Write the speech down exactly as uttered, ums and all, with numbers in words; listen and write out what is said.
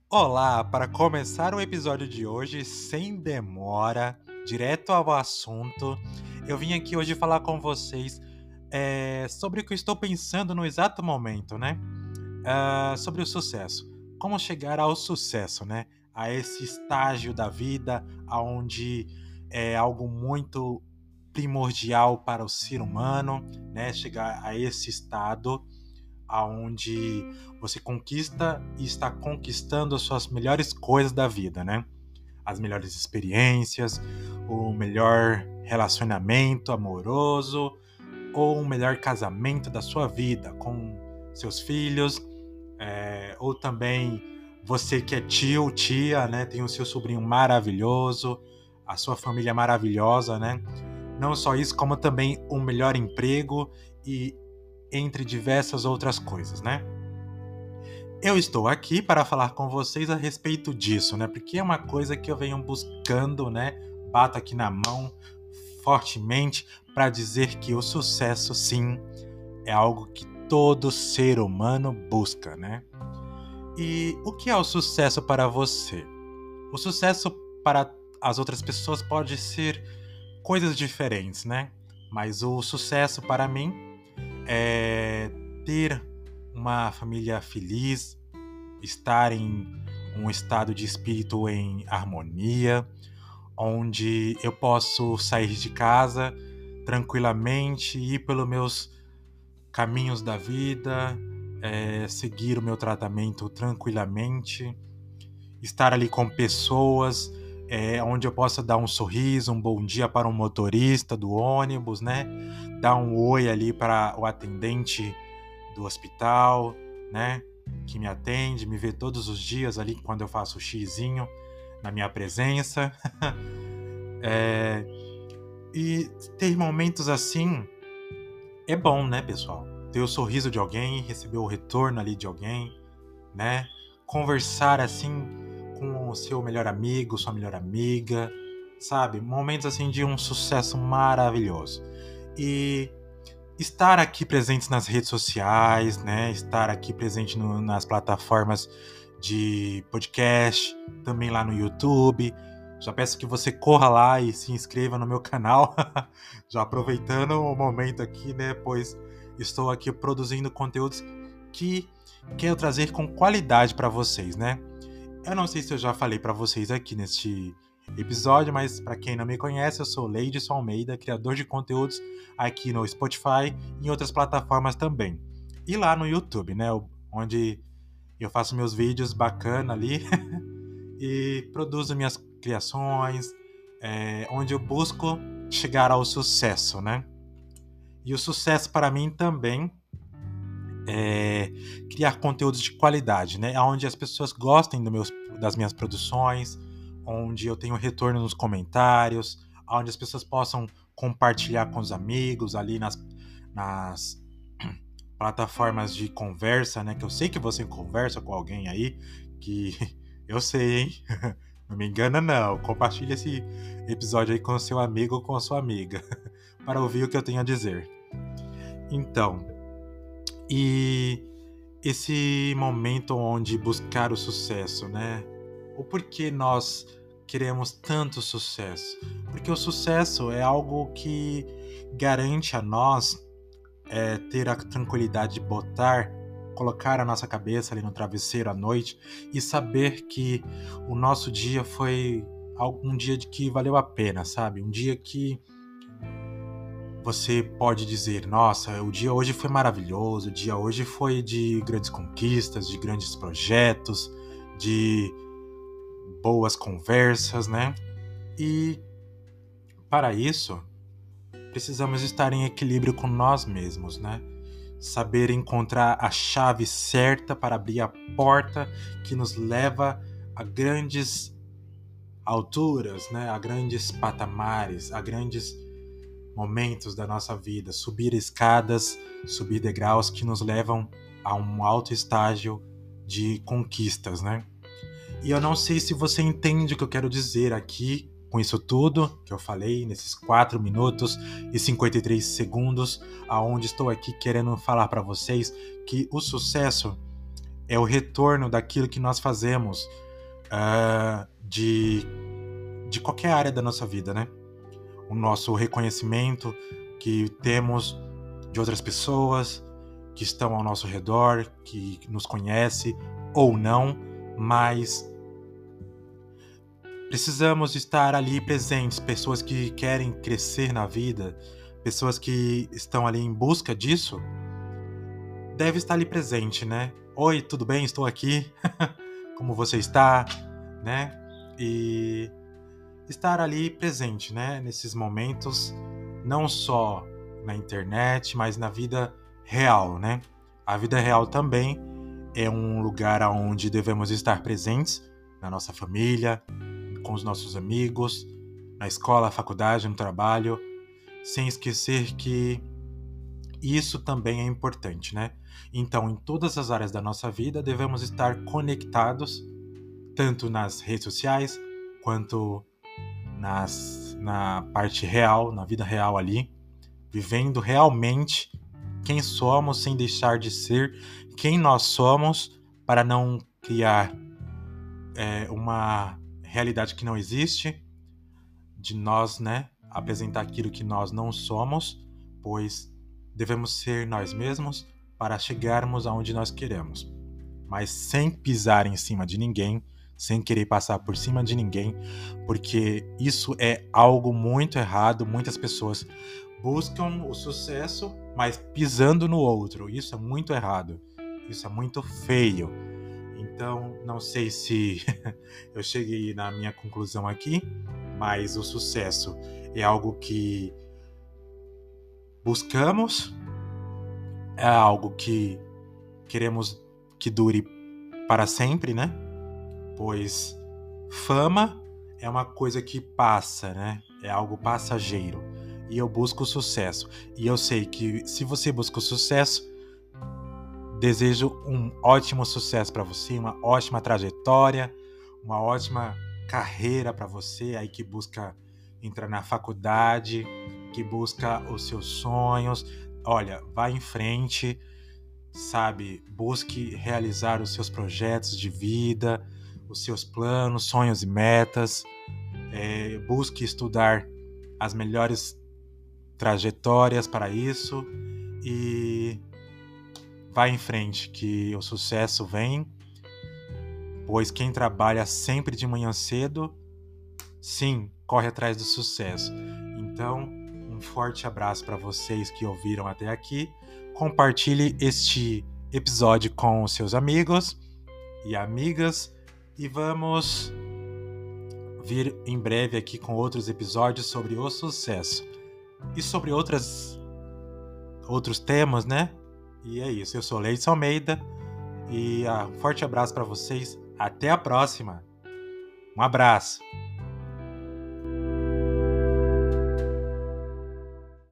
Olá, para começar o episódio de hoje, sem demora, direto ao assunto, eu vim aqui hoje falar com vocês eh, sobre o que eu estou pensando no exato momento, né? Ah, sobre o sucesso. Como chegar ao sucesso, né? A esse estágio da vida onde é algo muito primordial para o ser humano, né? Chegar a esse estado aonde você conquista e está conquistando as suas melhores coisas da vida, né? As melhores experiências, o melhor relacionamento amoroso ou o melhor casamento da sua vida com seus filhos, é, ou também você que é tio, tia, né? Tem o seu sobrinho maravilhoso, a sua família maravilhosa, né? Não só isso, como também um melhor emprego e entre diversas outras coisas, né? Eu estou aqui para falar com vocês a respeito disso, né? Porque é uma coisa que eu venho buscando, né? Bato aqui na mão fortemente para dizer que o sucesso, sim, é algo que todo ser humano busca, né? E o que é o sucesso para você? O sucesso para as outras pessoas pode ser coisas diferentes, né? Mas o sucesso para mim é ter uma família feliz, estar em um estado de espírito em harmonia, onde eu posso sair de casa tranquilamente, ir pelos meus caminhos da vida, é, seguir o meu tratamento tranquilamente, estar ali com pessoas, é, onde eu possa dar um sorriso, um bom dia para um motorista do ônibus, né? Dar um oi ali para o atendente do hospital, né? Que me atende, me vê todos os dias ali quando eu faço o xizinho na minha presença. é, e ter momentos assim é bom, né, pessoal? Ter o sorriso de alguém, receber o retorno ali de alguém, né? Conversar assim com o seu melhor amigo, sua melhor amiga, sabe? Momentos assim de um sucesso maravilhoso. E estar aqui presentes nas redes sociais, né? Estar aqui presente no, nas plataformas de podcast, também lá no YouTube. Já peço que você corra lá e se inscreva no meu canal. Já aproveitando o momento aqui, né? Pois estou aqui produzindo conteúdos que quero trazer com qualidade para vocês, né? Eu não sei se eu já falei para vocês aqui neste episódio, mas para quem não me conhece, eu sou Leidson Almeida, criador de conteúdos aqui no Spotify e em outras plataformas também. E lá no YouTube, né, onde eu faço meus vídeos bacana ali e produzo minhas criações, é, onde eu busco chegar ao sucesso, né? E o sucesso para mim também é criar conteúdos de qualidade, né? Onde as pessoas gostem do meus, das minhas produções, onde eu tenho retorno nos comentários, onde as pessoas possam compartilhar com os amigos ali nas, nas plataformas de conversa, né? Que eu sei que você conversa com alguém aí, que eu sei, hein? Não me engana não. Compartilhe esse episódio aí com o seu amigo ou com a sua amiga, para ouvir o que eu tenho a dizer. Então, e esse momento onde buscar o sucesso, né? O porquê nós queremos tanto sucesso? Porque o sucesso é algo que garante a nós é, ter a tranquilidade de botar, colocar a nossa cabeça ali no travesseiro à noite e saber que o nosso dia foi um dia de que valeu a pena, sabe? Um dia que você pode dizer, nossa, o dia hoje foi maravilhoso, o dia hoje foi de grandes conquistas, de grandes projetos, de boas conversas, né? E para isso, precisamos estar em equilíbrio com nós mesmos, né? Saber encontrar a chave certa para abrir a porta que nos leva a grandes alturas, né? A grandes patamares, a grandes momentos da nossa vida, subir escadas, subir degraus que nos levam a um alto estágio de conquistas, né? E eu não sei se você entende o que eu quero dizer aqui com isso tudo que eu falei nesses quatro minutos e cinquenta e três segundos, aonde estou aqui querendo falar para vocês que o sucesso é o retorno daquilo que nós fazemos uh, de, de qualquer área da nossa vida, né? O nosso reconhecimento que temos de outras pessoas que estão ao nosso redor, que nos conhecem ou não, mas precisamos estar ali presentes, pessoas que querem crescer na vida, pessoas que estão ali em busca disso, deve estar ali presente, né? Oi, tudo bem? Estou aqui. Como você está, né? E estar ali presente, né? Nesses momentos, não só na internet, mas na vida real, né? A vida real também é um lugar onde devemos estar presentes, na nossa família, com os nossos amigos, na escola, faculdade, no trabalho, sem esquecer que isso também é importante, né? Então, em todas as áreas da nossa vida, devemos estar conectados, tanto nas redes sociais, quanto nas, na parte real, na vida real ali, vivendo realmente quem somos, sem deixar de ser quem nós somos, para não criar é, uma realidade que não existe, de nós, né, apresentar aquilo que nós não somos, pois devemos ser nós mesmos para chegarmos aonde nós queremos, mas sem pisar em cima de ninguém, sem querer passar por cima de ninguém, porque isso é algo muito errado. Muitas pessoas buscam o sucesso, mas pisando no outro. Isso é muito errado, isso é muito feio. Então, não sei se eu cheguei na minha conclusão aqui, mas o sucesso é algo que buscamos, é algo que queremos que dure para sempre, né? Pois fama é uma coisa que passa, né? É algo passageiro. E eu busco o sucesso. E eu sei que se você busca o sucesso, desejo um ótimo sucesso para você, uma ótima trajetória, uma ótima carreira para você aí que busca entrar na faculdade, que busca os seus sonhos. Olha, vá em frente, sabe? Busque realizar os seus projetos de vida, os seus planos, sonhos e metas. É, busque estudar as melhores trajetórias para isso e vá em frente, que o sucesso vem, pois quem trabalha sempre de manhã cedo, sim, corre atrás do sucesso. Então, um forte abraço para vocês que ouviram até aqui. Compartilhe este episódio com os seus amigos e amigas e vamos vir em breve aqui com outros episódios sobre o sucesso e sobre outras, outros temas, né? E é isso, eu sou Leidson Almeida e um forte abraço para vocês. Até a próxima. Um abraço.